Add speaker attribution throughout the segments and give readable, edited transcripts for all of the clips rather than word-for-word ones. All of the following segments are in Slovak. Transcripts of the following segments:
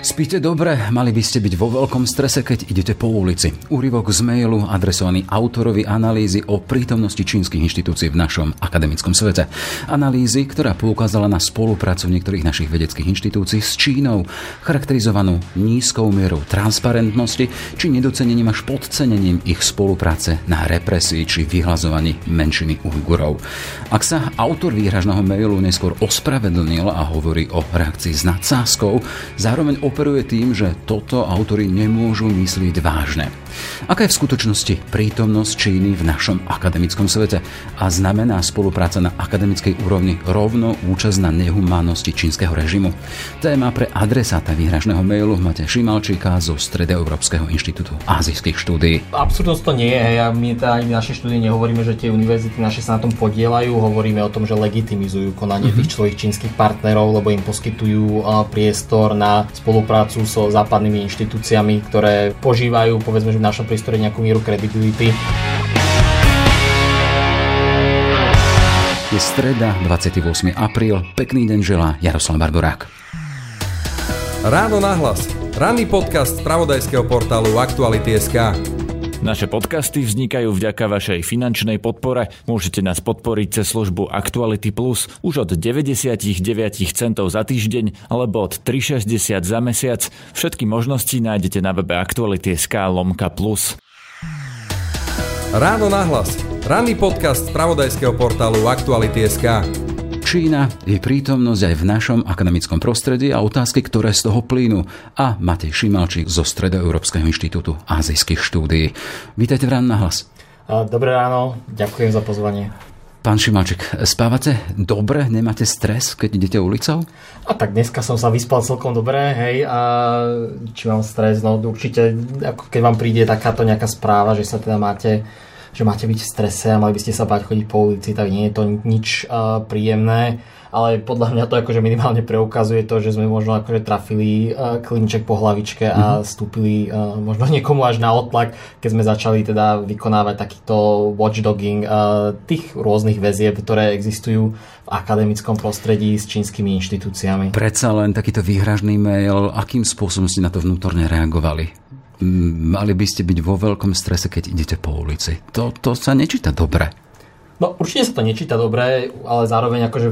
Speaker 1: Spíte dobre, mali by ste byť vo veľkom strese, keď idete po ulici. Úryvok z mailu adresovaný autorovi analýzy o prítomnosti čínskych inštitúcií v našom akademickom svete. Analýzy, ktorá poukázala na spoluprácu niektorých našich vedeckých inštitúcií s Čínou, charakterizovanú nízkou mierou transparentnosti či nedocenením až podcenením ich spolupráce na represii či vyhľadzovaní menšiny Ujgurov. Ak sa autor výhražného mailu neskôr ospravedlnil a hovorí o reakcii s nadsázkou, zároveň operuje tým, že toto autori nemôžu myslieť vážne. Aká je v skutočnosti prítomnosť Číny v našom akademickom svete? A znamená spolupráca na akademickej úrovni rovno účasť na nehumánnosti čínskeho režimu? Téma pre adresáta výhražného mailu Mateja Šimalčíka zo Stredoeurópskeho inštitútu ázijských štúdií.
Speaker 2: Absurdnosť to nie je. My teda aj v našej štúdii nehovoríme, že tie univerzity naše sa na tom podieľajú. Hovoríme o tom, že legitimizujú konanie tých svojich čínskych partnerov, lebo im poskytujú priestor na spoluprácu so západnými inštitúciami, ktoré požívajú, povedzme, že v našom priestore nejakú mieru kredibility.
Speaker 1: Je streda, 28. apríl. Pekný deň želá Jaroslav Barborák.
Speaker 3: Ráno nahlas. Ranný podcast z spravodajského portálu Aktuality.sk.
Speaker 4: Naše podcasty vznikajú vďaka vašej finančnej podpore. Môžete nás podporiť cez službu Actuality Plus už od 99 centov za týždeň alebo od 3,60 za mesiac. Všetky možnosti nájdete na webe Aktuality.sk/plus.
Speaker 3: Ráno nahlas. Ranný podcast z spravodajského portálu Aktuality.sk.
Speaker 1: Čína, jej prítomnosť aj v našom akademickom prostredí a otázky, ktoré z toho plynú. A Matej Šimalčík zo Stredoeurópskeho inštitútu ázijských štúdií. Vítajte v Ráno nahlas.
Speaker 2: Dobré ráno, ďakujem za pozvanie.
Speaker 1: Pán Šimalčík, spávate dobre? Nemáte stres, keď idete ulicou?
Speaker 2: A tak dneska som sa vyspal celkom dobre, hej, a či mám stres, no určite, ako keď vám príde takáto nejaká správa, že sa teda máte byť v strese a mali by ste sa báť chodiť po ulici, tak nie je to nič príjemné, ale podľa mňa to akože minimálne preukazuje to, že sme možno akože trafili klinček po hlavičke a stúpili možno niekomu až na otlak, keď sme začali teda vykonávať takýto watchdogging tých rôznych väzieb, ktoré existujú v akademickom prostredí s čínskymi inštitúciami.
Speaker 1: Predsa len takýto výhražný mail, akým spôsobom ste na to vnútorne reagovali? Mali by ste byť vo veľkom strese, keď idete po ulici. To sa nečíta dobre.
Speaker 2: No určite sa to nečíta dobre, ale zároveň akože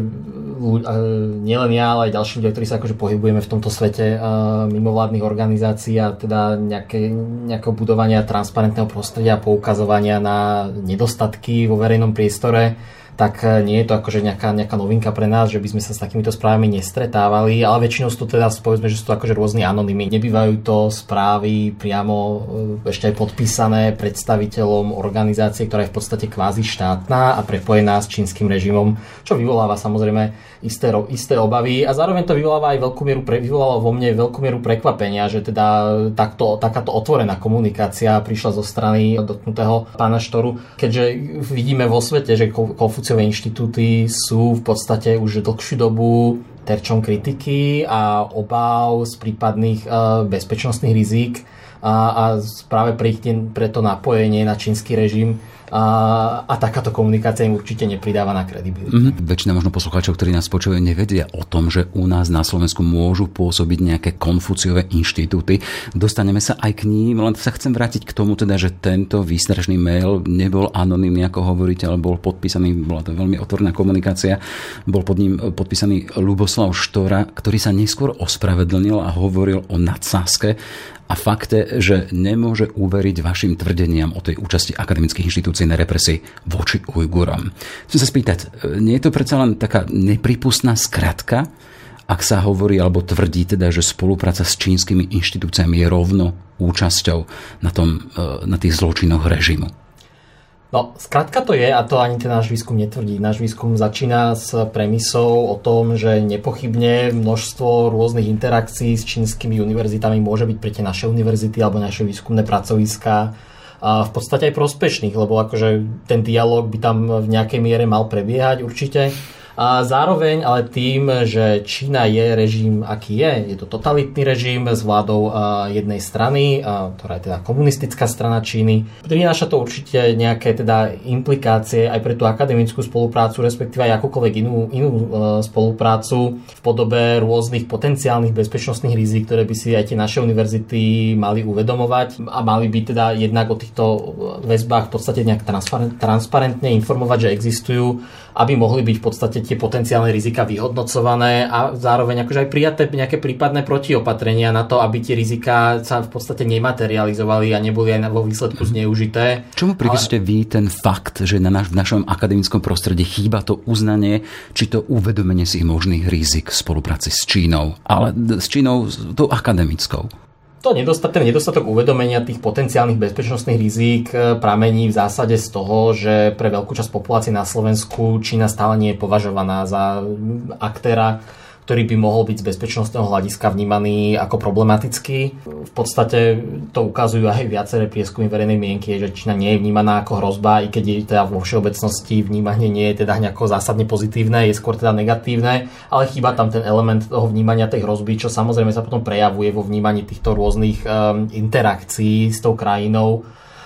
Speaker 2: nielen ja, ale aj ďalší ľudia, ktorí sa akože pohybujeme v tomto svete mimovládnych organizácií a teda nejakého budovania transparentného prostredia a poukazovania na nedostatky vo verejnom priestore, tak nie je to akože nejaká novinka pre nás, že by sme sa s takýmito správami nestretávali, ale väčšinou sú to teda, povedzme, že sú to akože rôzni anonymy. Nebývajú to správy priamo ešte aj podpísané predstaviteľom organizácie, ktorá je v podstate kvázi štátna a prepojená s čínskym režimom, čo vyvoláva samozrejme isté obavy a zároveň to vyvolalo vo mne veľkú mieru prekvapenia, že teda takáto otvorená komunikácia prišla zo strany dotknutého pána Štoru, keďže vidíme vo svete, že Konfuciové inštitúty sú v podstate už dlhšiu dobu terčom kritiky a obáv z prípadných bezpečnostných rizík a práve pre to napojenie na čínsky režim a takáto komunikácia im určite nepridáva na kredibilitu.
Speaker 1: Väčšina možno poslucháčov, ktorí nás počúvajú, nevedia o tom, že u nás na Slovensku môžu pôsobiť nejaké Konfuciové inštitúty. Dostaneme sa aj k ním, len sa chcem vrátiť k tomu teda, že tento výstražný mail nebol anonymný, ako hovoríte, ale bol podpísaný, bola to veľmi otvorená komunikácia, bol pod ním podpísaný Ľuboslav Štora, ktorý sa neskôr ospravedlnil a hovoril o nadsázke a fakte, že nemôže uveriť vašim tvrdeniam o tej účasti akademických inštitúcií na represii voči Ujgurom. Chcem sa spýtať, nie je to predsa len taká nepripustná skratka, ak sa hovorí alebo tvrdí teda, že spolupráca s čínskymi inštitúciami je rovno účasťou na tých zločinoch režimu?
Speaker 2: No, skrátka to je, a to ani ten náš výskum netvrdí. Náš výskum začína s premisou o tom, že nepochybne množstvo rôznych interakcií s čínskymi univerzitami môže byť pre tie naše univerzity alebo naše výskumné pracoviská v podstate aj prospešných, lebo akože ten dialog by tam v nejakej miere mal prebiehať určite. A zároveň ale tým, že Čína je režim, aký je to totalitný režim s vládou jednej strany, ktorá je teda komunistická strana Číny. Prináša to určite nejaké teda implikácie aj pre tú akademickú spoluprácu, respektíve aj akúkoľvek inú spoluprácu v podobe rôznych potenciálnych bezpečnostných rizik, ktoré by si aj tie naše univerzity mali uvedomovať a mali by teda jednak o týchto väzbách v podstate nejak transparentne informovať, že existujú, aby mohli byť v podstate tie potenciálne rizika vyhodnocované a zároveň akože aj prijaté nejaké prípadné protiopatrenia na to, aby tie rizika sa v podstate nematerializovali a neboli aj vo výsledku zneužité.
Speaker 1: Čomu pripisujete vy ten fakt, že v našom akademickom prostredí chýba to uznanie, či to uvedomenie si možných rizik v spolupráci s Čínou, ale s Čínou tou akademickou?
Speaker 2: Ten nedostatok uvedomenia tých potenciálnych bezpečnostných rizík pramení v zásade z toho, že pre veľkú časť populácie na Slovensku Čína stále nie je považovaná za aktéra, ktorý by mohol byť z bezpečnostného hľadiska vnímaný ako problematický. V podstate to ukazujú aj viaceré prieskumy verejnej mienky, že Čína nie je vnímaná ako hrozba, i keď je teda vo všeobecnosti vnímanie nie je teda nejako zásadne pozitívne, je skôr teda negatívne, ale chýba tam ten element toho vnímania tej hrozby, čo samozrejme sa potom prejavuje vo vnímaní týchto rôznych interakcií s tou krajinou.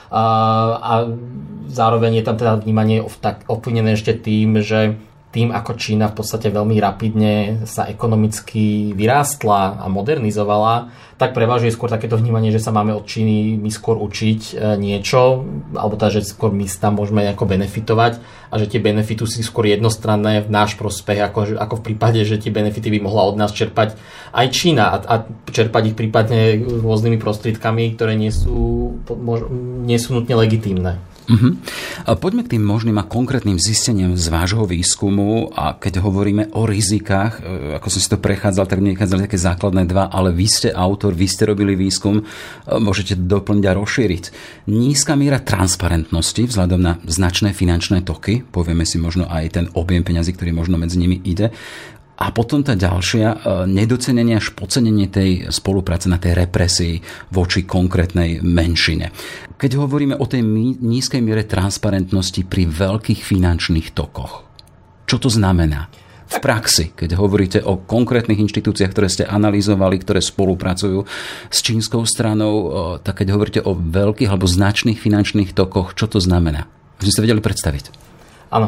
Speaker 2: A zároveň je tam teda vnímanie ovplyvnené ešte tým, že tým, ako Čína v podstate veľmi rapidne sa ekonomicky vyrástla a modernizovala, tak prevažuje skôr takéto vnímanie, že sa máme od Číny my skôr učiť niečo, alebo teda, že skôr my tam môžeme nejako benefitovať a že tie benefity sú skôr jednostranné v náš prospech, ako v prípade, že tie benefity by mohla od nás čerpať aj Čína a čerpať ich prípadne rôznymi prostriedkami, ktoré nie sú nutne legitímne.
Speaker 1: Poďme k tým možným a konkrétnym zisteniam z vášho výskumu a keď hovoríme o rizikách, ako som si to prechádzal, tak nechádzali také základné dva, ale vy ste autor, vy ste robili výskum, môžete doplniť a rozšíriť. Nízka miera transparentnosti vzhľadom na značné finančné toky, povieme si možno aj ten objem peňazí, ktorý možno medzi nimi ide. A potom tá ďalšia, nedocenenie až podcenenie tej spolupráce na tej represii voči konkrétnej menšine. Keď hovoríme o tej nízkej miere transparentnosti pri veľkých finančných tokoch, čo to znamená v praxi, keď hovoríte o konkrétnych inštitúciách, ktoré ste analyzovali, ktoré spolupracujú s čínskou stranou, tak keď hovoríte o veľkých alebo značných finančných tokoch, čo to znamená? Aby ste vedeli predstaviť.
Speaker 2: Áno.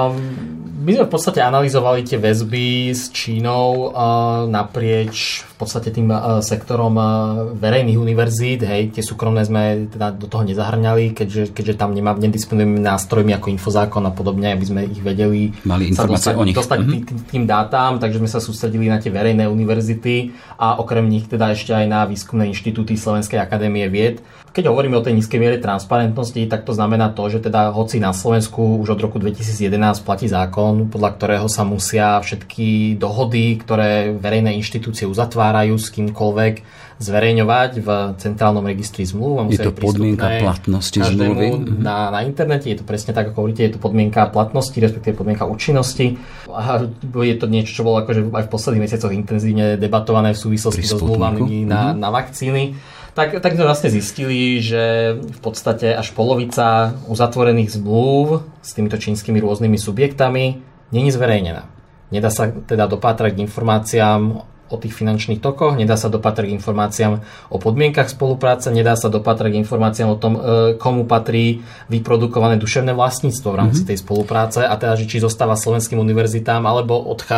Speaker 2: My sme v podstate analyzovali tie väzby s Čínou naprieč v podstate tým sektorom verejných univerzít. Hej, tie súkromné sme teda do toho nezahrňali, keďže tam nedisponujeme nástrojmi ako infozákon a podobne, aby sme ich vedeli dostať tým dátam, takže sme sa sústredili na tie verejné univerzity a okrem nich teda ešte aj na výskumné inštitúty Slovenskej akadémie vied. Keď hovoríme o tej nízkej miere transparentnosti, tak to znamená to, že teda hoci na Slovensku už od roku 2011 platí zákon, podľa ktorého sa musia všetky dohody, ktoré verejné inštitúcie uzatvárajú s kýmkoľvek, zverejňovať v centrálnom registri zmluv.
Speaker 1: Je to podmienka platnosti zmluvy?
Speaker 2: Na internete je to presne tak, ako hovoríte, je to podmienka platnosti, respektíve podmienka účinnosti. A je to niečo, čo bolo akože aj v posledných mesiacoch intenzívne debatované v súvislosti so zmluvami na vakcíny. Tak sme vlastne zistili, že v podstate až polovica uzatvorených zmluv s týmito čínskymi rôznymi subjektami nie je zverejnená. Nedá sa teda dopátrať k informáciám o tých finančných tokoch, nedá sa dopátrať k informáciám o podmienkach spolupráce, nedá sa dopátrať k informáciám o tom, komu patrí vyprodukované duševné vlastníctvo v rámci tej spolupráce a teda, že či zostáva slovenským univerzitám alebo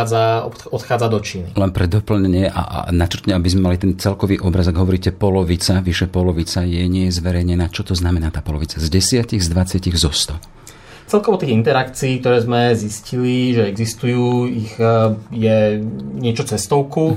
Speaker 2: odchádza do Číny.
Speaker 1: Len pre doplnenie a načrtne, aby sme mali ten celkový obraz, ak hovoríte polovica, vyše polovica nie je zverejnená. Čo to znamená tá polovica? Z 10, z 20, zo 100?
Speaker 2: Celkovo tých interakcií, ktoré sme zistili, že existujú, ich je niečo cez stovku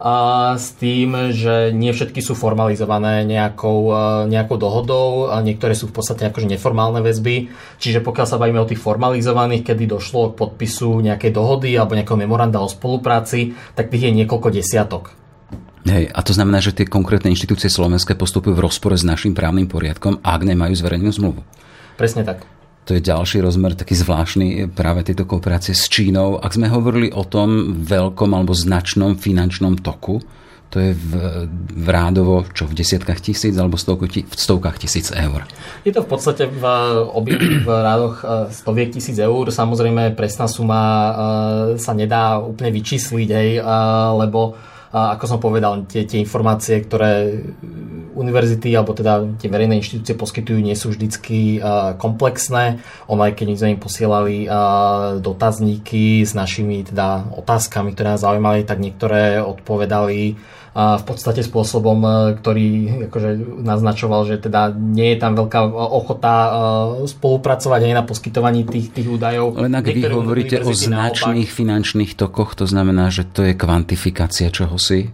Speaker 2: a s tým, že nie všetky sú formalizované nejakou dohodou a niektoré sú v podstate akože neformálne väzby. Čiže pokiaľ sa bavíme o tých formalizovaných, kedy došlo k podpisu nejakej dohody alebo nejakého memoranda o spolupráci, tak tých je niekoľko desiatok.
Speaker 1: Hej, a to znamená, že tie konkrétne inštitúcie slovenské postupujú v rozpore s našim právnym poriadkom, ak nemajú zverejnenú zmluvu.
Speaker 2: Presne tak.
Speaker 1: To je ďalší rozmer, taký zvláštny práve tejto kooperácie s Čínou. Ak sme hovorili o tom veľkom alebo značnom finančnom toku, to je v rádovo, čo v desiatkách tisíc alebo v stovkách tisíc eur.
Speaker 2: Je to v podstate v rádoch stoviek tisíc eur. Samozrejme, presná suma sa nedá úplne vyčísliť, lebo ako som povedal, tie informácie, ktoré univerzity alebo teda tie verejné inštitúcie poskytujú, nie sú vždycky komplexné. Aj keď sme im posielali dotazníky s našimi teda otázkami, ktoré nás zaujímali, tak niektoré odpovedali v podstate spôsobom, ktorý akože naznačoval, že teda nie je tam veľká ochota spolupracovať aj na poskytovaní tých údajov.
Speaker 1: Len ak vy hovoríte o značných finančných tokoch, to znamená, že to je kvantifikácia čohosi?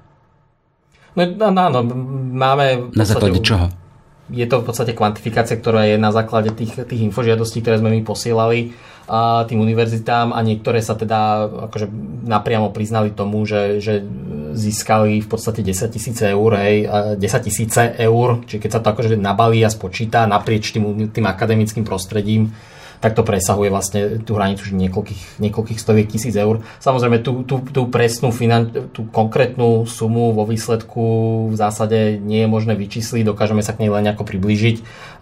Speaker 2: No, áno, máme...
Speaker 1: Na základe čoho?
Speaker 2: Je to v podstate kvantifikácia, ktorá je na základe tých infožiadostí, ktoré sme my posielali tým univerzitám, a niektoré sa teda akože napriamo priznali tomu, že získali v podstate 10 000 eur, 10 000 eur, čiže keď sa to akože nabalí a spočíta naprieč tým akademickým prostredím, tak to presahuje vlastne tú hranicu niekoľkých stoviek tisíc eur. Samozrejme, tú presnú tú konkrétnu sumu vo výsledku v zásade nie je možné vyčísliť, dokážeme sa k nej len nejako priblížiť,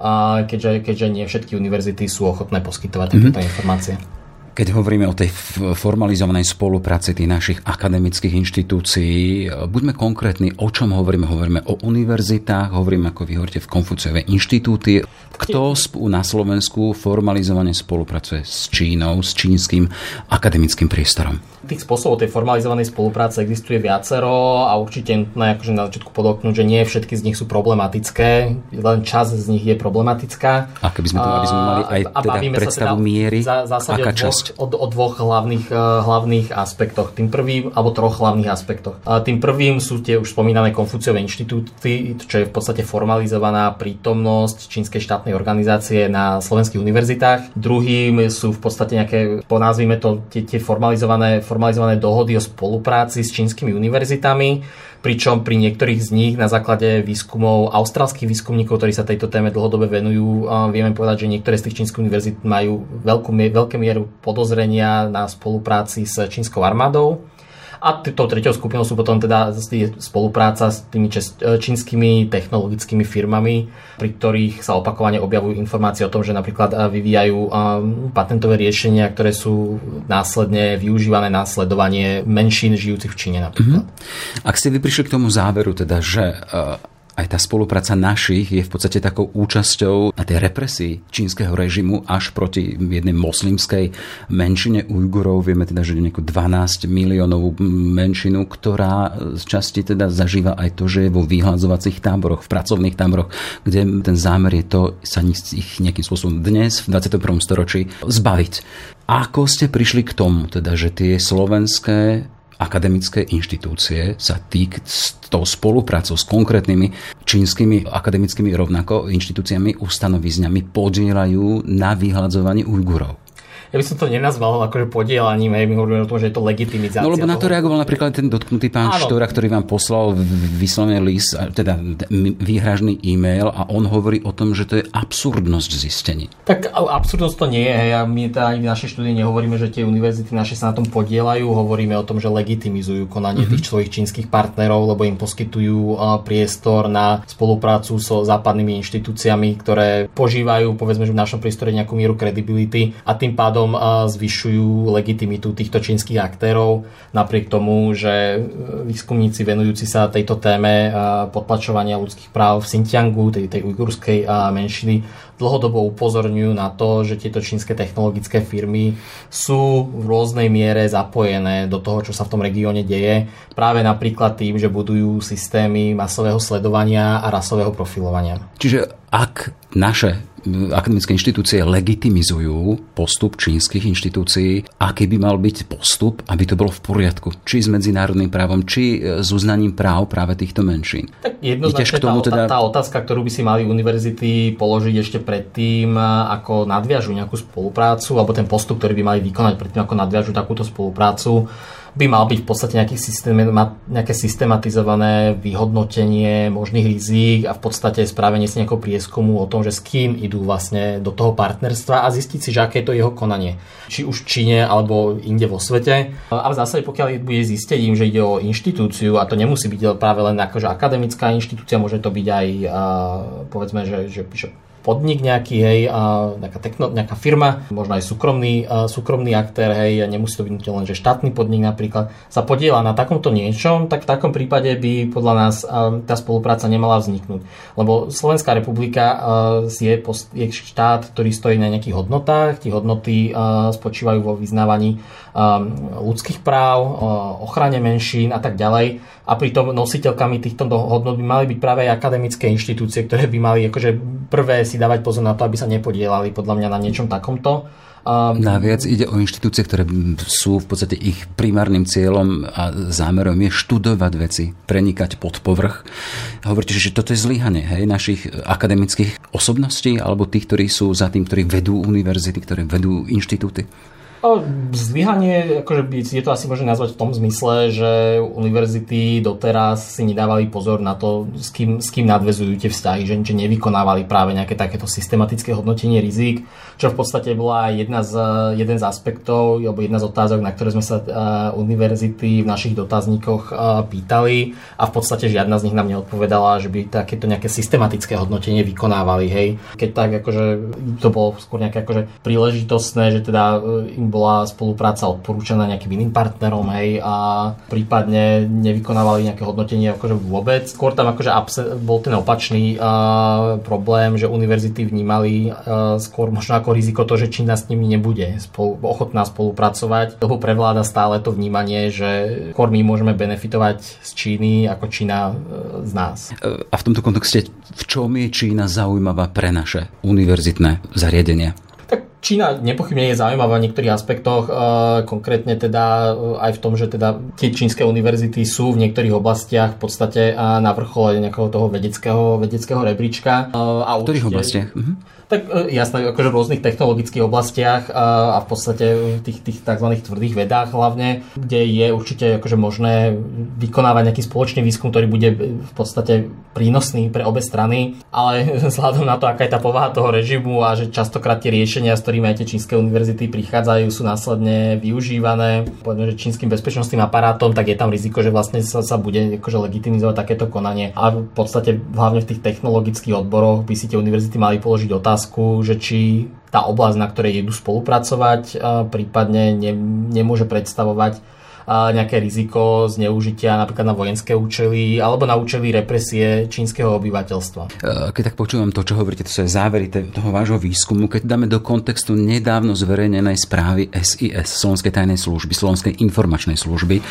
Speaker 2: keďže nie všetky univerzity sú ochotné poskytovať takéto informácie.
Speaker 1: Keď hovoríme o tej formalizovanej spolupráci tých našich akademických inštitúcií, buďme konkrétni, o čom hovoríme. Hovoríme o univerzitách, hovoríme, ako vy hovoríte, v Konfuciovej inštitúty. Kto na Slovensku formalizovane spolupracuje s Čínou, s čínskym akademickým priestorom?
Speaker 2: Tých spôsobov tej formalizovanej spolupráce existuje viacero a určite nutné akože na začiatku podotknúť, že nie všetky z nich sú problematické, len časť z nich je problematická.
Speaker 1: A keby sme mali aj teda predstavu miery, aká časť?
Speaker 2: O dvoch hlavných aspektoch. Tým prvým, alebo troch hlavných aspektoch. Tým prvým sú tie už spomínané Konfuciové inštitúty, čo je v podstate formalizovaná prítomnosť čínskej štátnej organizácie na slovenských univerzitách. Druhým sú v podstate nejaké, nazvime to, tie formalizované dohody o spolupráci s čínskymi univerzitami, pričom pri niektorých z nich na základe výskumov austrálskych výskumníkov, ktorí sa tejto téme dlhodobé venujú, vieme povedať, že niektoré z tých čínskych univerzít majú veľké mieru podozrenia na spolupráci s čínskou armádou. A tou treťou skupinou sú potom teda spolupráca s tými čínskymi technologickými firmami, pri ktorých sa opakovane objavujú informácie o tom, že napríklad vyvíjajú patentové riešenia, ktoré sú následne využívané na sledovanie menšín žijúcich v Číne napríklad.
Speaker 1: Ak ste vy prišli k tomu záveru, teda, že aj tá spolupráca našich je v podstate takou účasťou na tej represii čínskeho režimu až proti jednej moslimskej menšine Ujgurov. Vieme teda, že nejakú 12 miliónovú menšinu, ktorá z časti teda zažíva aj to, že je vo vyhľadzovacích táboroch, v pracovných táboroch, kde ten zámer je to sa ich nejakým spôsobom dnes v 21. storočí zbaviť. Ako ste prišli k tomu, teda, že tie slovenské akademické inštitúcie sa s tou spoluprácou s konkrétnymi čínskymi akademickými rovnako inštitúciami, ustanovizňami podielajú na vyhľadzovaní Ujgurov?
Speaker 2: Ja by som to nenazval akože podielaním, my hovoríme o tom, že je to legitimizácia.
Speaker 1: No lebo na to reagoval napríklad ten dotknutý pán Štora, ktorý vám poslal vyslovený list, teda výhražný e-mail, a on hovorí o tom, že to je absurdnosť zistení.
Speaker 2: Tak absurdnosť to nie je. My teda v našej štúdii nehovoríme, že tie univerzity naše sa na tom podielajú, hovoríme o tom, že legitimizujú konanie tých svojich čínskych partnerov, lebo im poskytujú priestor na spoluprácu so západnými inštitúciami, ktoré požívajú, povedzme, že v našom priestore nejakú mieru kredibility, a tým pádom zvyšujú legitimitu týchto čínskych aktérov, napriek tomu, že výskumníci venujúci sa tejto téme potlačovania ľudských práv v Xinjiangu, tej ujgurskej menšiny, dlhodobo upozorňujú na to, že tieto čínske technologické firmy sú v rôznej miere zapojené do toho, čo sa v tom regióne deje, práve napríklad tým, že budujú systémy masového sledovania a rasového profilovania.
Speaker 1: Čiže ak naše akademické inštitúcie legitimizujú postup čínskych inštitúcií, aký by mal byť postup, aby to bolo v poriadku? Či s medzinárodným právom, či s uznaním práv práve týchto menšín?
Speaker 2: Tak jednoznačne tá otázka, ktorú by si mali univerzity položiť ešte predtým, ako nadviažu nejakú spoluprácu, alebo ten postup, ktorý by mali vykonať predtým, ako nadviažu takúto spoluprácu, by mal byť v podstate nejaké systematizované vyhodnotenie možných rizík a v podstate spravenie si nejakého prieskumu o tom, že s kým idú vlastne do toho partnerstva a zistiť si, že aké je to jeho konanie. Či už v Číne alebo inde vo svete. A v zásade, pokiaľ bude zistiť im, že ide o inštitúciu, a to nemusí byť práve len akože akademická inštitúcia, môže to byť aj povedzme, že podnik nejaký, hej, nejaká firma, možno aj súkromný aktér, hej, a nemusí to byť len, že štátny podnik napríklad, sa podieľa na takomto niečom, tak v takom prípade by podľa nás tá spolupráca nemala vzniknúť. Lebo Slovenská republika je štát, ktorý stojí na nejakých hodnotách, tie hodnoty spočívajú vo vyznávaní ľudských práv, ochrane menšín a tak ďalej. A pritom nositeľkami týchto hodnot by mali byť práve aj akademické inštitúcie, ktoré by mali akože prvé si dávať pozor na to, aby sa nepodielali podľa mňa na niečom takomto.
Speaker 1: Naviac ide o inštitúcie, ktoré sú v podstate ich primárnym cieľom a zámerom je študovať veci, prenikať pod povrch. Hovoríte, že toto je zlyhanie, hej, našich akademických osobností alebo tých, ktorí sú za tým, ktorí vedú univerzity, ktorí vedú inštitúty?
Speaker 2: Zlyhanie, akože je to asi možné nazvať v tom zmysle, že univerzity doteraz si nedávali pozor na to, s kým nadväzujú tie vzťahy, že nevykonávali práve nejaké takéto systematické hodnotenie rizík, čo v podstate bola jeden z aspektov, alebo jedna z otázok, na ktoré sme sa univerzity v našich dotazníkoch pýtali, a v podstate žiadna z nich nám neodpovedala, že by takéto nejaké systematické hodnotenie vykonávali, hej. Keď tak akože to bolo skôr nejaké akože príležitostné, že teda im bola spolupráca odporúčaná nejakým iným partnerom, hej, a prípadne nevykonávali nejaké hodnotenie akože vôbec. Skôr tam akože bol ten opačný problém, že univerzity vnímali skôr možno ako riziko to, že Čína s nimi nebude ochotná spolupracovať, lebo prevláda stále to vnímanie, že skôr my môžeme benefitovať z Číny ako Čína z nás.
Speaker 1: A v tomto kontexte, v čom je Čína zaujímavá pre naše univerzitné zariadenia?
Speaker 2: Čína nepochybne je zaujímavá v niektorých aspektoch, konkrétne teda aj v tom, že teda tie čínske univerzity sú v niektorých oblastiach v podstate na vrchole nejakého toho vedeckého rebríčka.
Speaker 1: V ktorých oblastiach?
Speaker 2: Tak jasné, akože v rôznych technologických oblastiach a v podstate v tých tzv. Tvrdých vedách hlavne, kde je určite akože možné vykonávať nejaký spoločný výskum, ktorý bude v podstate prínosný pre obe strany, ale vzhľadom na to, aká je tá povaha toho režimu a že častokrát tie riešenia, s ktorými aj tie čínske univerzity prichádzajú, sú následne využívané, povedzme, že čínskym bezpečnostným aparátom, tak je tam riziko, že vlastne sa bude akože legitimizovať takéto konanie. A v podstate hlavne v tých technologických odboroch by si tie univerzity mali položiť otázku, že či tá oblasť, na ktorej idú spolupracovať, prípadne nemôže predstavovať nejaké riziko zneužitia napríklad na vojenské účely alebo na účely represie čínskeho obyvateľstva.
Speaker 1: Keď tak počúvam to, čo hovoríte, to sú aj závery toho vášho výskumu, keď dáme do kontextu nedávno zverejnenej správy SIS, Slovenskej tajnej služby, Slovenskej informačnej služby,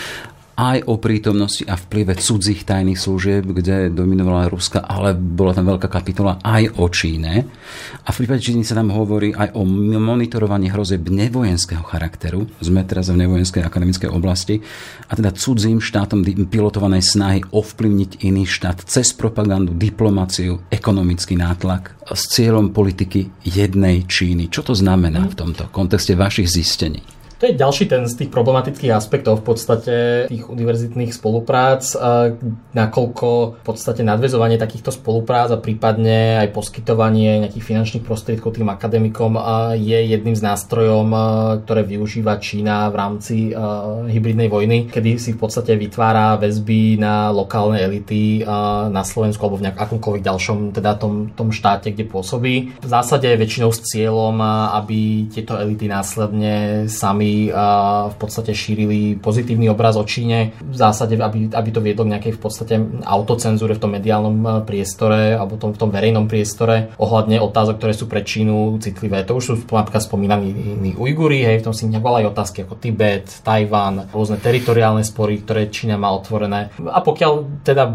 Speaker 1: aj o prítomnosti a vplyve cudzích tajných služieb, kde dominovala Ruska, ale bola tam veľká kapitola aj o Číne. A v prípade Číny sa tam hovorí aj o monitorovaní hrozieb nevojenského charakteru. Sme teraz v nevojenskej akademickej oblasti. A teda cudzím štátom pilotované snahy ovplyvniť iný štát cez propagandu, diplomáciu, ekonomický nátlak s cieľom politiky jednej Číny. Čo to znamená v tomto kontexte vašich zistení?
Speaker 2: To je ďalší ten z tých problematických aspektov v podstate tých univerzitných spoluprác, nakoľko v podstate nadväzovanie takýchto spoluprác a prípadne aj poskytovanie nejakých finančných prostriedkov tým akademikom je jedným z nástrojov, ktoré využíva Čína v rámci hybridnej vojny, kedy si v podstate vytvára väzby na lokálne elity na Slovensku alebo v akomkoľvek ďalšom teda tom štáte, kde pôsobí. V zásade väčšinou s cieľom, aby tieto elity následne sami v podstate šírili pozitívny obraz o Číne. V zásade, aby to viedlo k nejakej v podstate autocenzúre v tom mediálnom priestore alebo v tom verejnom priestore ohľadne otázok, ktoré sú pre Čínu citlivé. To už sú napríklad spomínaní Ujguri, hej, v tom si neboli aj otázky ako Tibet, Tajvan, rôzne teritoriálne spory, ktoré Čína má otvorené. A pokiaľ teda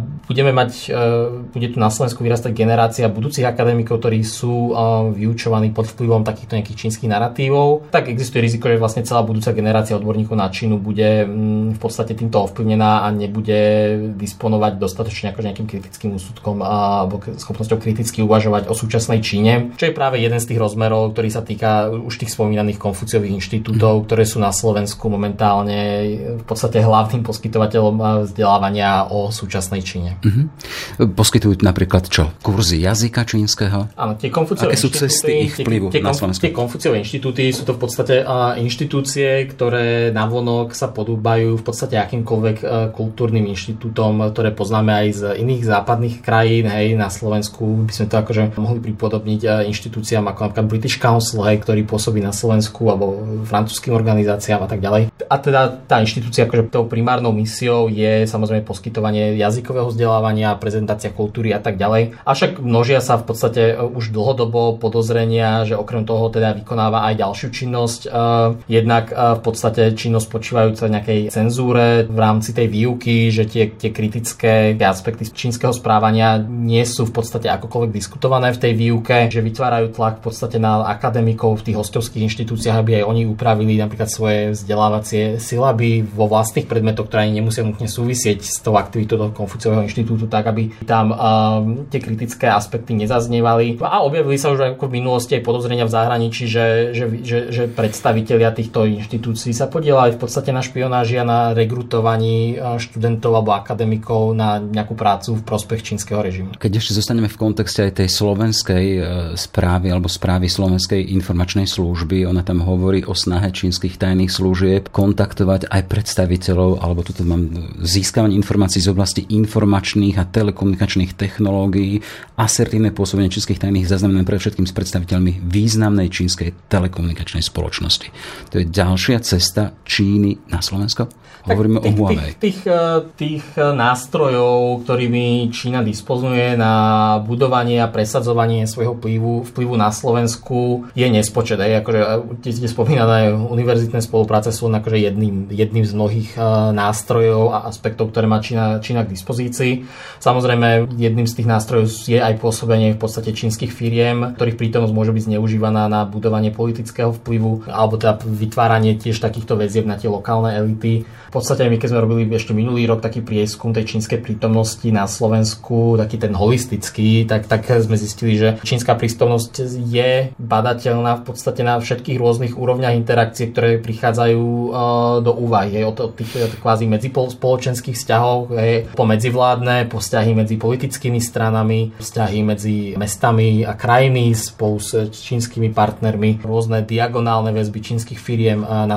Speaker 2: bude tu na Slovensku vyrastať generácia budúcich akademikov, ktorí sú vyučovaní pod vplyvom takýchto nejakých čínskych naratívov, tak existuje riziko, že vlastne celá budúca generácia odborníkov na Čínu bude v podstate týmto ovplyvnená a nebude disponovať dostatočne ako nejakým kritickým úsudkom alebo schopnosťou kriticky uvažovať o súčasnej Číne, čo je práve jeden z tých rozmerov, ktorý sa týka už tých spomínaných Konfuciových inštitútov, ktoré sú na Slovensku momentálne v podstate hlavným poskytovateľom vzdelávania o súčasnej Číne.
Speaker 1: Poskytujú napríklad čo? Kurzy jazyka čínskeho?
Speaker 2: Áno, tie Konfuciové
Speaker 1: aké sú cesty ich vplyvu na Slovensku?
Speaker 2: Tie Konfuciové inštitúty sú to v podstate inštitúcie, ktoré navonok sa podobajú v podstate akýmkoľvek kultúrnym inštitútom, ktoré poznáme aj z iných západných krajín. Hej, na Slovensku by sme to akože mohli pripodobniť inštitúciám ako napríklad British Council, hej, ktorý pôsobí na Slovensku, alebo francúzskym organizáciám a tak ďalej. A teda tá inštitúcia akože tou primárnou misiou je samozrejme poskytovanie jazykového vzdelávania, prezentácia kultúry a tak ďalej. Avšak množia sa v podstate už dlhodobo podozrenia, že okrem toho teda vykonáva aj ďalšiu činnosť. Jednak v podstate činnosť spočívajúca v nejakej cenzúre v rámci tej výuky, že tie kritické aspekty čínskeho správania nie sú v podstate akokoľvek diskutované v tej výuke, že vytvárajú tlak v podstate na akademikov v tých hostovských inštitúciách, aby aj oni upravili napríklad svoje vzdelávacie silaby vo vlastných predmetoch, ktoré nemusia nutne súvisieť s tou aktivitou toho Konfuciového inštitútu, tak aby tam tie kritické aspekty nezaznievali. A objavili sa už ako v minulosti aj podozrenia v zahraničí, že predstavitelia týchto inštitúcií sa podielali v podstate na špionáži a na rekrutovaní študentov alebo akademikov na nejakú prácu v prospech čínskeho režimu.
Speaker 1: Keď ešte zostaneme v kontexte aj tej slovenskej správy alebo správy Slovenskej informačnej služby, ona tam hovorí o snahe čínskych tajných služieb kontaktovať aj predstaviteľov, alebo tuto mám získavanie informácií z oblasti informačných a telekomunikačných technológií, asertívne pôsobenie čínskych tajných zaznamenané pre všetkým s predstaviteľmi významnej čínskej telekomunikačnej spoločnosti. To je ďalšia cesta Číny na Slovensko? Hovoríme o Huawei.
Speaker 2: Tých nástrojov, ktorými Čína disponuje na budovanie a presadzovanie svojho vplyvu na Slovensku, je nespočet. Akože tie spomínané univerzitné spolupráce sú akože jedným z mnohých nástrojov a aspektov, ktoré má Čína k dispozícii. Samozrejme, jedným z tých nástrojov je aj pôsobenie v podstate čínskych firiem, ktorých prítomnosť môže byť zneužívaná na budovanie politického vplyvu alebo teda vytváranie tiež takýchto väzieb na tie lokálne elity. V podstate my keď sme robili ešte minulý rok taký prieskum tej čínskej prítomnosti na Slovensku, taký ten holistický, tak sme zistili, že čínska prítomnosť je badateľná v podstate na všetkých rôznych úrovniach interakcie, ktoré prichádzajú do úvahy. Od tých kvázi medzispoločenských vzťahov, po medzivládne, po vzťahy medzi politickými stranami, vzťahy medzi mestami a krajiny spolu s čínskymi partnermi, rôzne diagonálne väzby čínskych firiem na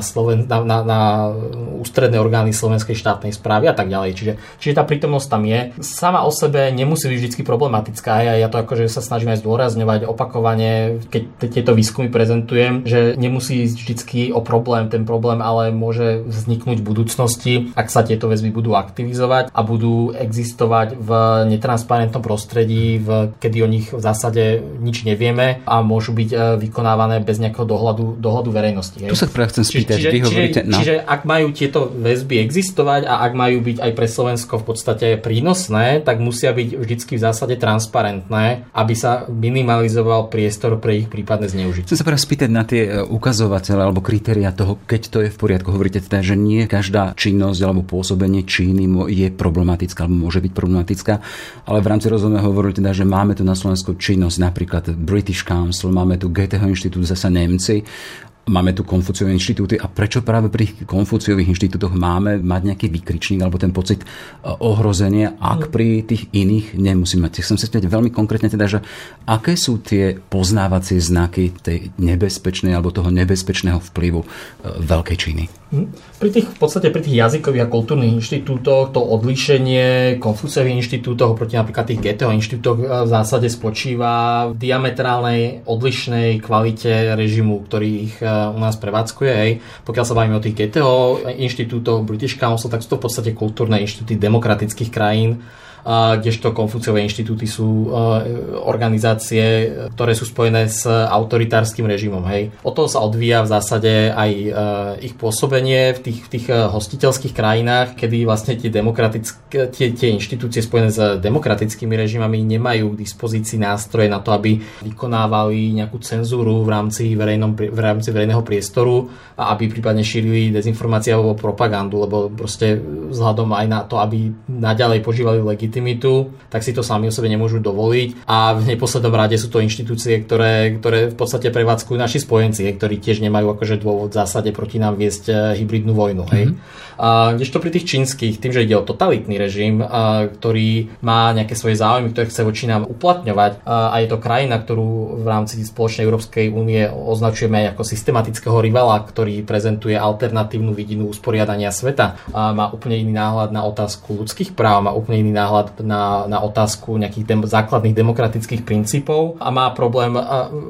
Speaker 2: ústredné orgány slovenskej štátnej správy a tak ďalej. Čiže tá prítomnosť tam je. Sama o sebe nemusí byť vždy problematická. Ja to akože sa snažím aj zdôrazňovať opakovane, keď tieto výskumy prezentujem, že nemusí ísť vždy o problém. Ten problém ale môže vzniknúť v budúcnosti, ak sa tieto väzby budú aktivizovať a budú existovať v netransparentnom prostredí, kedy o nich v zásade nič nevieme a môžu byť vykonávané bez nejakého dohľadu verejnosti.
Speaker 1: Tu sa práve chcem spýtať, vy hovoríte...
Speaker 2: Čiže ak majú tieto väzby existovať a ak majú byť aj pre Slovensko v podstate prínosné, tak musia byť vždycky v zásade transparentné, aby sa minimalizoval priestor pre ich prípadné zneužitie.
Speaker 1: Chcem sa práve spýtať na tie ukazovatele alebo kritéria toho, keď to je v poriadku. Hovoríte teda, že nie každá činnosť alebo pôsobenie Číny je problematická alebo môže byť problematická, ale v rámci rozhodného hovorili teda, že máme tu na Slovensku činnosť napríklad British Council, máme tu Goetheho inštitút, zasa Nemci. Máme tu Konfuciové inštitúty a prečo práve pri Konfuciových inštitútoch máme mať nejaký výkričník alebo ten pocit ohrozenia, ak pri tých iných nemusíme mať. Chcem sa spýtať veľmi konkrétne teda, že aké sú tie poznávacie znaky tej nebezpečnej alebo toho nebezpečného vplyvu Veľkej Číny?
Speaker 2: Pri tých jazykových a kultúrnych inštitútoch to odlíšenie Konfuciových inštitútov proti napríklad tých Goetheho inštitútoch v zásade spočíva v diametrálnej odlišnej kvalite režimu, ktorý ich u nás prevádzkuje. Hej. Pokiaľ sa bavíme o tých Goetheho inštitútoch, British Council, tak sú to v podstate kultúrne inštitúty demokratických krajín, kdežto Konfuciové inštitúty sú organizácie, ktoré sú spojené s autoritárskym režimom. Hej. Od toho sa odvíja v zásade aj ich pôsobenie v v tých hostiteľských krajinách, kedy vlastne tie inštitúcie spojené s demokratickými režimami nemajú k dispozícii nástroje na to, aby vykonávali nejakú cenzúru v rámci verejného priestoru a aby prípadne šírili dezinformácie alebo propagandu, lebo proste vzhľadom aj na to, aby naďalej požívali legitimitu, tak si to sami o sebe nemôžu dovoliť a v neposlednom rade sú to inštitúcie, ktoré v podstate prevádzkujú naši spojenci, ktorí tiež nemajú akože dôvod v zásade proti nám viesť hybridnú vojnu. Kdežto pri tých čínskych, tým, že ide o totalitný režim, ktorý má nejaké svoje záujmy, ktoré chce voči nám uplatňovať a je to krajina, ktorú v rámci spoločnej Európskej únie označujeme ako systematického rivala, ktorý prezentuje alternatívnu vidinu usporiadania sveta, má úplne iný náhľad na otázku ľudských práv, má úplne iný náhľad na otázku nejakých základných demokratických princípov a má problém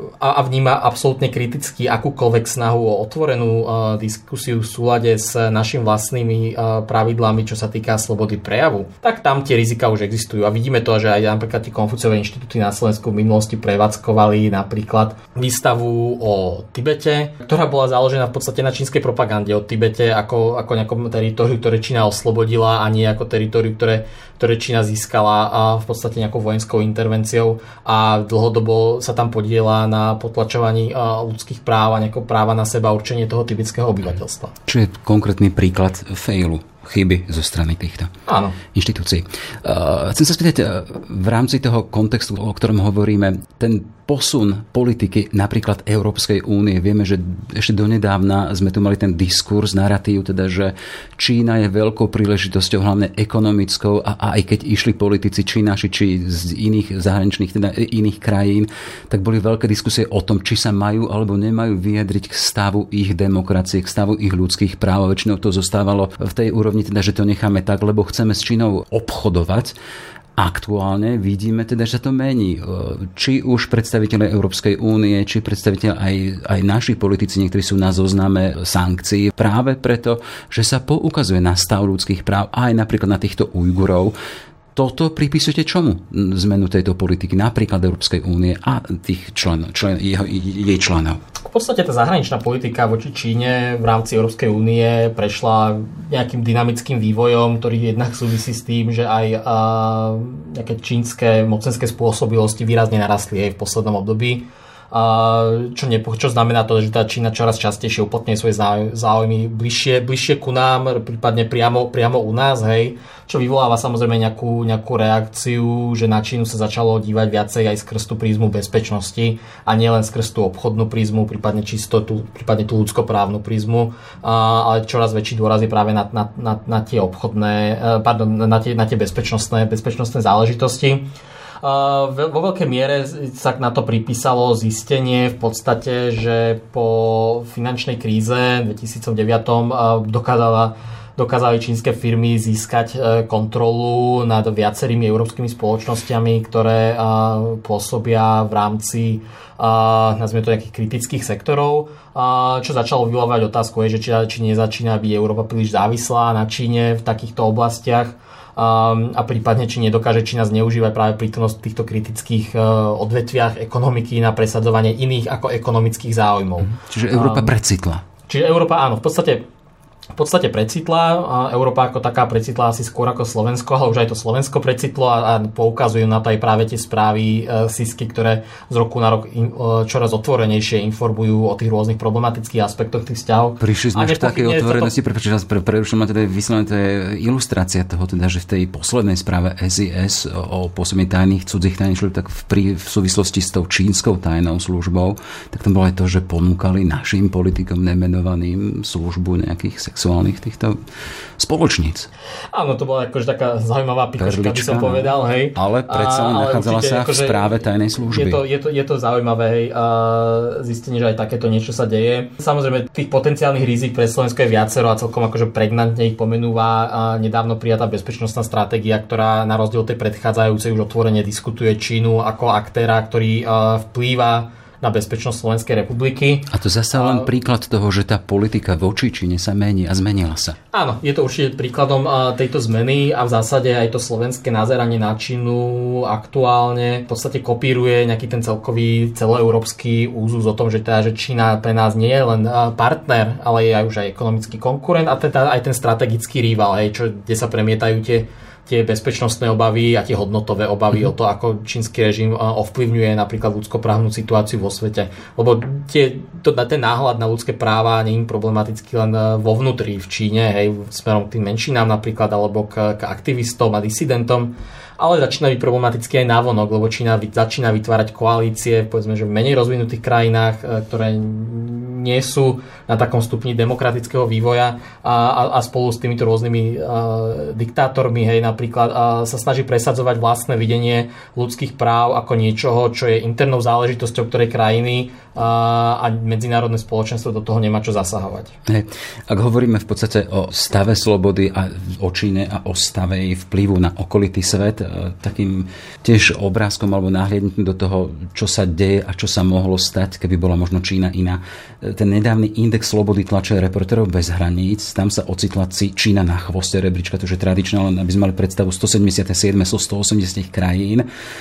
Speaker 2: a vníma absolútne kriticky akúkoľvek snahu o otvorenú diskusiu v súlade s našim vlastnými pravidlami, čo sa týka slobody prejavu, tak tam tie rizika už existujú. A vidíme to, že aj napríklad tie Konfuciové inštitúty na Slovensku v minulosti prevádzkovali napríklad výstavu o Tibete, ktorá bola založená v podstate na čínskej propagande o Tibete ako nejakom teritóriu, ktoré Čína oslobodila a nie ako teritóriu, ktoré Čína získala v podstate nejakou vojenskou intervenciou a dlhodobo sa tam podieľa na potlačovaní ľudských práv a nejakého práva na seba určenie toho tibetského obyvateľstva.
Speaker 1: Čo je konkrétny príklad failu, chyby zo strany týchto inštitúcií. Chcem sa spýtať, v rámci toho kontextu, o ktorom hovoríme, ten posun politiky napríklad Európskej únie, vieme, že ešte donedávna sme tu mali ten diskurs, narratív, teda, že Čína je veľkou príležitosťou, hlavne ekonomickou a aj keď išli politici či naši, či z iných zahraničných, teda iných krajín, tak boli veľké diskusie o tom, či sa majú alebo nemajú vyjadriť k stavu ich demokracie, k stavu ich ľudských práv. A väčšinou to zostávalo v tej úrovni, teda, že to necháme tak, lebo chceme s Čínou obchodovať. Aktuálne vidíme teda, že to mení. Či už predstavitelia Európskej únie, či predstavitelia aj naši politici, niektorí sú na zozname sankcií práve preto, že sa poukazuje na stav ľudských práv aj napríklad na týchto Ujgurov. Toto pripisujete čomu? Zmenu tejto politiky napríklad Európskej únie a tých jej členov?
Speaker 2: V podstate tá zahraničná politika voči Číne v rámci Európskej únie prešla nejakým dynamickým vývojom, ktorý jednak súvisí s tým, že aj nejaké čínske mocenské spôsobilosti výrazne narastli aj v poslednom období. Čo znamená to, že tá Čína čoraz častejšie uplatňuje svoje záujmy bližšie ku nám, prípadne priamo u nás, hej, čo vyvoláva samozrejme nejakú reakciu, že na Čínu sa začalo dívať viacej aj skrz tú prízmu bezpečnosti a nielen skrz tú obchodnú prízmu, prípadne čistotu, prípadne tú ľudskoprávnu prízmu, ale čoraz väčší dôraz je práve na tie obchodné, na tie bezpečnostné záležitosti. Vo veľkej miere sa na to pripísalo zistenie v podstate, že po finančnej kríze v 2009 dokázali čínske firmy získať kontrolu nad viacerými európskymi spoločnosťami, ktoré pôsobia v rámci nazvime to nejakých kritických sektorov, čo začalo vyvolávať otázku, že či nezačína byť Európa príliš závislá na Číne v takýchto oblastiach a prípadne či nedokáže Čína zneužívať práve prítomnosť v týchto kritických odvetviach ekonomiky na presadzovanie iných ako ekonomických záujmov.
Speaker 1: Čiže Európa precitla.
Speaker 2: Čiže Európa áno, v podstate precitla. Európa ako taká precitla asi skôr ako Slovensko, ale už aj to Slovensko precitlo a poukazujú na to aj práve tie správy SIS-ky, ktoré z roku na rok čoraz otvorenejšie informujú o tých rôznych problematických aspektoch tých vzťahov.
Speaker 1: Prišli sme už v takej otvorenosti, prerušujem ma teda vyslovene, to je ilustrácia toho, teda, že v tej poslednej správe SIS o pôsobení cudzích tajných služieb, tak v súvislosti s tou čínskou tajnou službou, tak tam bolo aj to, že ponúkali našim politikom nemenovaným službu nejakých sexuálnych týchto spoločníc.
Speaker 2: Áno, to bola akože taká zaujímavá pikoška, by som povedal, hej.
Speaker 1: Ale predsa nachádzala sa v správe tajnej služby.
Speaker 2: Je to zaujímavé, hej, zistenie, že aj takéto niečo sa deje. Samozrejme, tých potenciálnych rizik pre Slovensko je viacero a celkom akože pregnantne ich pomenúva nedávno prijatá bezpečnostná stratégia, ktorá na rozdiel tej predchádzajúcej už otvorene diskutuje Čínu ako aktéra, ktorý vplýva na bezpečnosť Slovenskej republiky.
Speaker 1: A to zasa len príklad toho, že tá politika voči Číne sa mení a zmenila sa.
Speaker 2: Áno, je to určite príkladom tejto zmeny a v zásade aj to slovenské nazeranie na Čínu aktuálne v podstate kopíruje nejaký ten celkový celoeurópsky úzus o tom, že Čína pre nás nie je len partner, ale je aj už aj ekonomický konkurent a teda aj ten strategický rival, kde sa premietajú tie bezpečnostné obavy a tie hodnotové obavy o to, ako čínsky režim ovplyvňuje napríklad ľudskoprávnu situáciu vo svete. Lebo ten náhľad na ľudské práva nie je problematický len vo vnútri v Číne, smerom k tým menšinám napríklad, alebo k aktivistom a disidentom, ale začína byť problematický aj návonok, lebo Čína začína vytvárať koalície, povedzme, že v menej rozvinutých krajinách, ktoré nie sú na takom stupni demokratického vývoja a spolu s týmito rôznymi diktátormi, napríklad sa snaží presadzovať vlastné videnie ľudských práv ako niečoho, čo je internou záležitosťou ktorej krajiny a medzinárodné spoločenstvo do toho nemá čo zasahovať.
Speaker 1: Ak hovoríme v podstate o stave slobody a o Číne a o stave jej vplyvu na okolitý svet, takým tiež obrázkom alebo náhliadnutím do toho, čo sa deje a čo sa mohlo stať, keby bola možno Čína iná. Ten nedávny index slobody tlače Reportérov bez hraníc, tam sa ocitla Čína na chvoste rebríčka, to je tradičné, len aby sme mali predstavu 177 zo 180 krajín.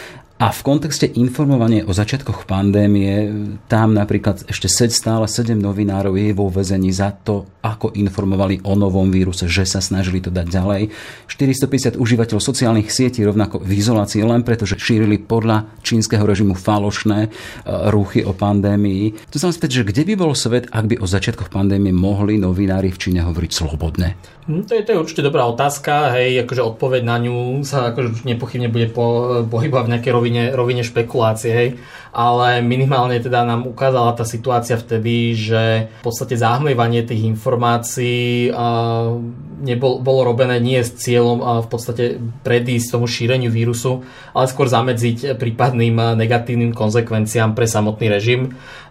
Speaker 1: A v kontexte informovania o začiatkoch pandémie, tam napríklad ešte stále 7 novinárov je vo väzení za to, ako informovali o novom víruse, že sa snažili to dať ďalej. 450 užívateľov sociálnych sietí rovnako v izolácii len preto, že šírili podľa čínskeho režimu falošné ruchy o pandémii. To sa spýtať, že kde by bol svet, ak by o začiatkoch pandémie mohli novinári v Číne hovoriť slobodne?
Speaker 2: To je určite dobrá otázka, akože odpoveď na ňu sa akože nepochybne bude pohybovať v nejakej rovine špekulácie, ale minimálne teda nám ukázala tá situácia vtedy, že v podstate zahmlievanie tých informácií bolo robené nie s cieľom v podstate predísť tomu šíreniu vírusu, ale skôr zamedziť prípadným negatívnym konzekvenciám pre samotný režim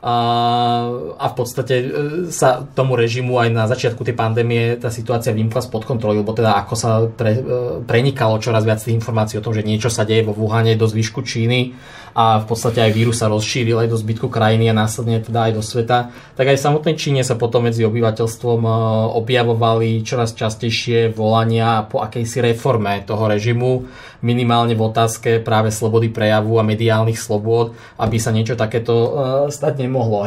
Speaker 2: a v podstate sa tomu režimu aj na začiatku tej pandémie tá situácia vymkla spod kontroly, lebo teda ako sa prenikalo čoraz viac tých informácií o tom, že niečo sa deje vo Wuhane do zvyšku Číny a v podstate aj vírus sa rozšíril aj do zbytku krajiny a následne teda aj do sveta, tak aj v samotnej Číne sa potom medzi obyvateľstvom objavovali čoraz častejšie volania po akejsi reforme toho režimu, minimálne v otázke práve slobody prejavu a mediálnych slobôd, aby sa niečo takéto stať nemohlo.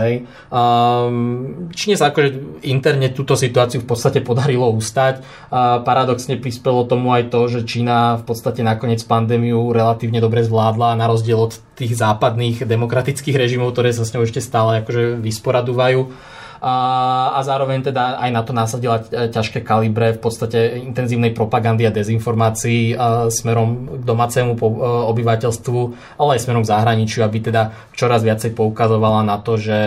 Speaker 2: Číne sa akože interne túto situáciu v podstate podarilo ustať. Paradoxne prispelo tomu aj to, že Čína v podstate nakoniec pandémiu relatívne dobre zvládla na rozdiel od tých západných demokratických režimov, ktoré sa s ňou ešte stále akože vysporadúvajú. A zároveň teda aj na to nasadila ťažké kalibre v podstate intenzívnej propagandy a dezinformácií smerom k domácemu obyvateľstvu, ale aj smerom k zahraničiu, aby teda čoraz viacej poukazovala na to, že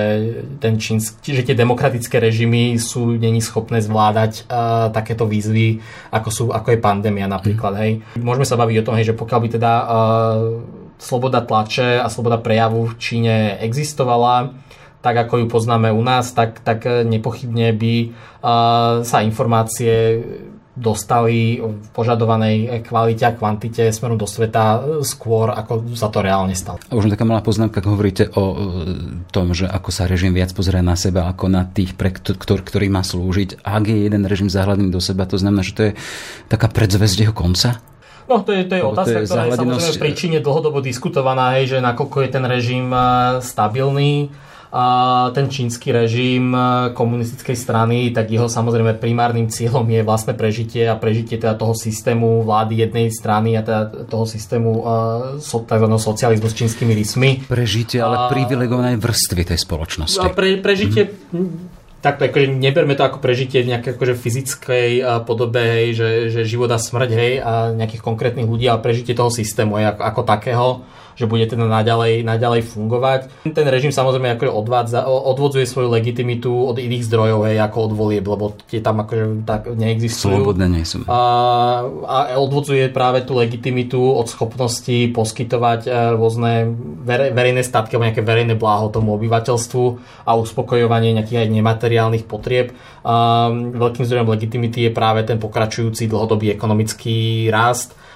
Speaker 2: že tie demokratické režimy sú není schopné zvládať takéto výzvy, ako je pandémia napríklad. Môžeme sa baviť o tom, že pokiaľ by teda sloboda tlače a sloboda prejavu v Číne existovala, tak ako ju poznáme u nás, tak nepochybne by sa informácie dostali v požadovanej kvalite a kvantite smerom do sveta skôr, ako sa to reálne stalo.
Speaker 1: A už taká malá poznámka, ak hovoríte o tom, že ako sa režim viac pozerá na seba ako na tých, ktorý má slúžiť. Ak je jeden režim zahľadený do seba, to znamená, že to je taká predzvesť jeho konca?
Speaker 2: No to je otázka, ktorá je samozrejme v príčine dlhodobo diskutovaná, že nakoľko je ten režim stabilný. Ten čínsky režim komunistickej strany, tak jeho samozrejme primárnym cieľom je vlastné prežitie a prežitie teda toho systému vlády jednej strany a teda toho systému tzv. Socializmu s čínskymi rysmi.
Speaker 1: Prežitie, ale privilegovanej vrstvy tej spoločnosti.
Speaker 2: Prežitie... Takto akože neberme to ako prežitie v nejakej akože fyzickej podobe, že život a smrť, a nejakých konkrétnych ľudí, ale prežitie toho systému ako takého, že bude teda naďalej fungovať. Ten režim samozrejme akože odvodzuje svoju legitimitu od iných zdrojov, ako od volieb, lebo tie tam akože tak neexistujú.
Speaker 1: Slobodné nie sú.
Speaker 2: A odvodzuje práve tú legitimitu od schopnosti poskytovať rôzne verejné statky alebo nejaké verejné bláho tomu obyvateľstvu a uspokojovanie nejakých aj nemateriálnych potrieb. Veľkým zdrojom legitimity je práve ten pokračujúci dlhodobý ekonomický rast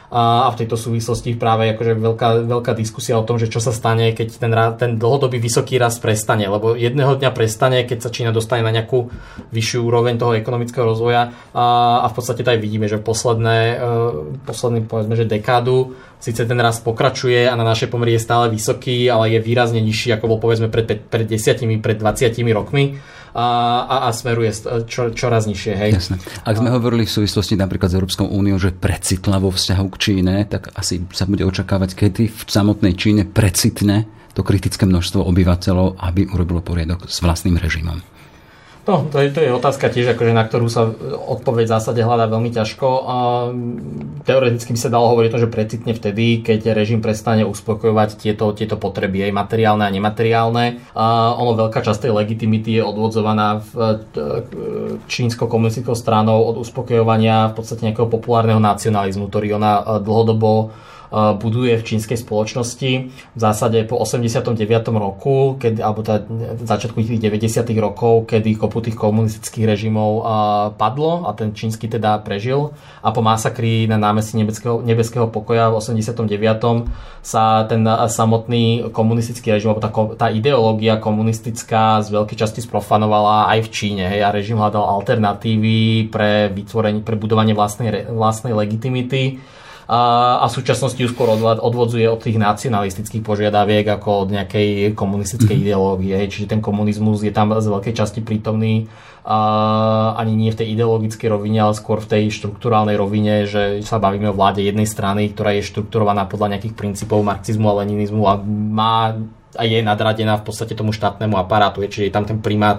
Speaker 2: A v tejto súvislosti práve akože veľká diskusia o tom, že čo sa stane, keď ten dlhodobý vysoký rast prestane, lebo jedného dňa prestane, keď sa Čína dostane na nejakú vyššiu úroveň toho ekonomického rozvoja a v podstate aj vidíme, že posledný povedzme, že dekádu síce ten rast pokračuje a na naše pomery je stále vysoký, ale je výrazne nižší, ako bol povedzme pred 10, pred 20 rokmi. A smeruje čoraz nižšie. Hej.
Speaker 1: Jasné. Ak sme hovorili v súvislosti napríklad s Európskou úniou, že precitla vo vzťahu k Číne, tak asi sa bude očakávať, kedy v samotnej Číne precitne to kritické množstvo obyvateľov, aby urobilo poriadok s vlastným režimom.
Speaker 2: No, to je otázka tiež, akože, na ktorú sa odpoveď v zásade hľadá veľmi ťažko. Teoreticky by sa dalo hovoriť o tom, že precitne vtedy, keď režim prestane uspokojovať tieto potreby, aj materiálne a nemateriálne. Ono veľká časť tej legitimity je odvodzovaná čínsko-komunistickou stranou od uspokojovania v podstate nejakého populárneho nacionalizmu, ktorý ona dlhodobo buduje v čínskej spoločnosti. V zásade po 89. roku, alebo v začiatku tých 90. rokov, kedy kopu tých komunistických režimov padlo a ten čínsky teda prežil, a po masakri na námestí Nebeského pokoja v 89. sa ten samotný komunistický režim, alebo tá ideológia komunistická z veľkej časti sprofanovala aj v Číne. Hej, a režim hľadal alternatívy pre budovanie vlastnej legitimity. A v súčasnosti ju skôr odvodzuje od tých nacionalistických požiadaviek ako od nejakej komunistickej ideológie. Čiže ten komunizmus je tam z veľkej časti prítomný ani nie v tej ideologickej rovine, ale skôr v tej štruktúrálnej rovine, že sa bavíme o vláde jednej strany, ktorá je štrukturovaná podľa nejakých princípov marxizmu a leninizmu a je nadradená v podstate tomu štátnemu aparátu. Čiže je tam ten primát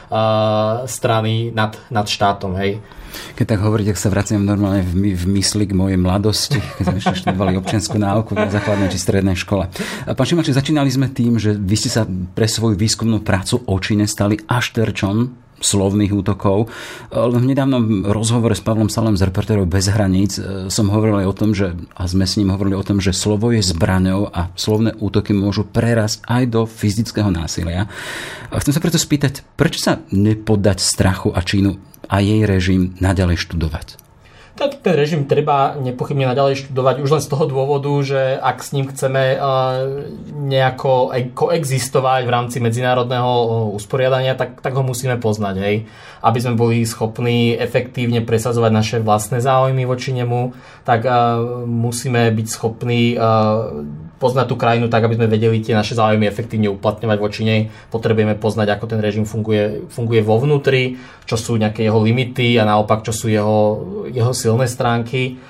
Speaker 2: strany nad štátom. Hej.
Speaker 1: Keď tak hovoríte, tak sa vraciam normálne v mysli k mojej mladosti, keď sme ešte študovali občiansku náuku na základnej či strednej škole. Pán Šimáček, začínali sme tým, že vy ste sa pre svoju výskumnú prácu o Číne stali až terčom slovných útokov. V nedávnom rozhovore s Pavlom Salom z Reportérov bez hraníc som hovoril aj o tom, a sme s ním hovorili o tom, že slovo je zbraňou a slovné útoky môžu prerásť aj do fyzického násilia. Chcem sa preto spýtať, prečo sa nepoddať strachu a Čínu a jej režim naďalej študovať?
Speaker 2: Ten režim treba nepochybne naďalej študovať už len z toho dôvodu, že ak s ním chceme nejako koexistovať v rámci medzinárodného usporiadania, tak ho musíme poznať. Hej. Aby sme boli schopní efektívne presadzovať naše vlastné záujmy voči nemu, tak musíme byť schopní poznať tú krajinu tak, aby sme vedeli tie naše záujmy efektívne uplatňovať voči nej. Potrebujeme poznať, ako ten režim funguje vo vnútri, čo sú nejaké jeho limity a naopak, čo sú jeho silné stránky.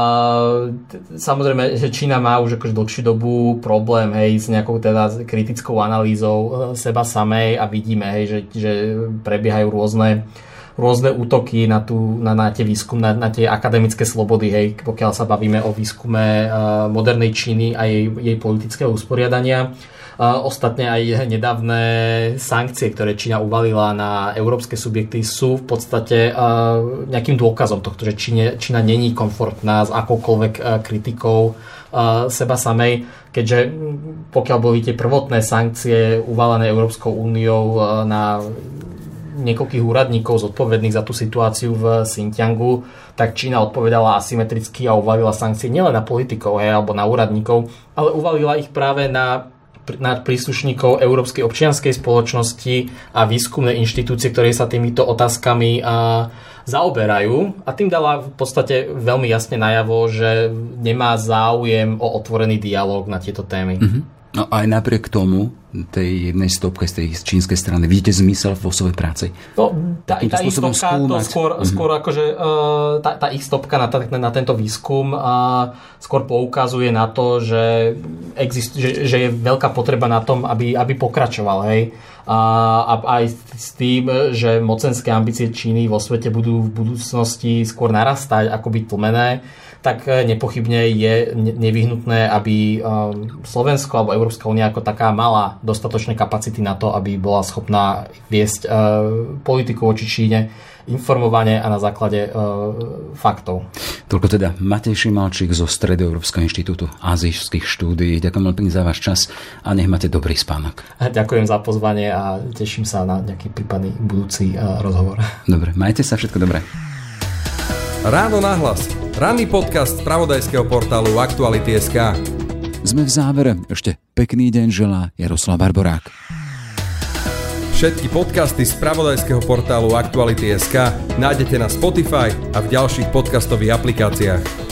Speaker 2: Samozrejme, že Čína má už akože dlhšiu dobu problém, hej, s nejakou teda kritickou analýzou seba samej a vidíme, hej, že prebiehajú rôzne útoky na tie výskum, na tie akademické slobody, hej, pokiaľ sa bavíme o výskume modernej Číny a jej politického usporiadania. Ostatne aj nedávne sankcie, ktoré Čína uvalila na európske subjekty, sú v podstate nejakým dôkazom tohto, že Čína není komfortná s akoukoľvek kritikou seba samej, keďže pokiaľ boli tie prvotné sankcie uvalené Európskou úniou na niekoľkých úradníkov zodpovedných za tú situáciu v Xinjiangu, tak Čína odpovedala asymetricky a uvalila sankcie nielen na politikov alebo na úradníkov, ale uvalila ich práve na príslušníkov Európskej občianskej spoločnosti a výskumné inštitúcie, ktoré sa týmito otázkami zaoberajú, a tým dala v podstate veľmi jasne najavo, že nemá záujem o otvorený dialóg na tieto témy.
Speaker 1: No aj napriek tomu, tej jednej stopke z tej čínskej strany, vidíte zmysel vo svojej práci?
Speaker 2: No, tá ich stopka to skôr akože tá ich stopka na tento výskum skôr poukazuje na to, že je veľká potreba na tom, aby pokračoval, hej. A aj s tým, že mocenské ambície Číny vo svete budú v budúcnosti skôr narastať, ako byť tlmené, tak nepochybne je nevyhnutné, aby Slovensko alebo Európska únia ako taká mala dostatočné kapacity na to, aby bola schopná viesť politiku voči Číne informovane a na základe faktov.
Speaker 1: Toľko teda Matej Šimalčík zo Stredoeurópskeho inštitútu azijských štúdií. Ďakujem veľmi pekne za váš čas a nech máte dobrý spánok.
Speaker 2: Ďakujem za pozvanie a teším sa na nejaký prípadný budúci rozhovor.
Speaker 1: Dobre, majte sa, všetko dobré.
Speaker 3: Ráno nahlas. Ranný podcast z spravodajského portálu Aktuality.sk.
Speaker 1: Sme v závere. Ešte pekný deň želá Jaroslav Barborák.
Speaker 3: Všetky podcasty z spravodajského portálu Aktuality.sk nájdete na Spotify a v ďalších podcastových aplikáciách.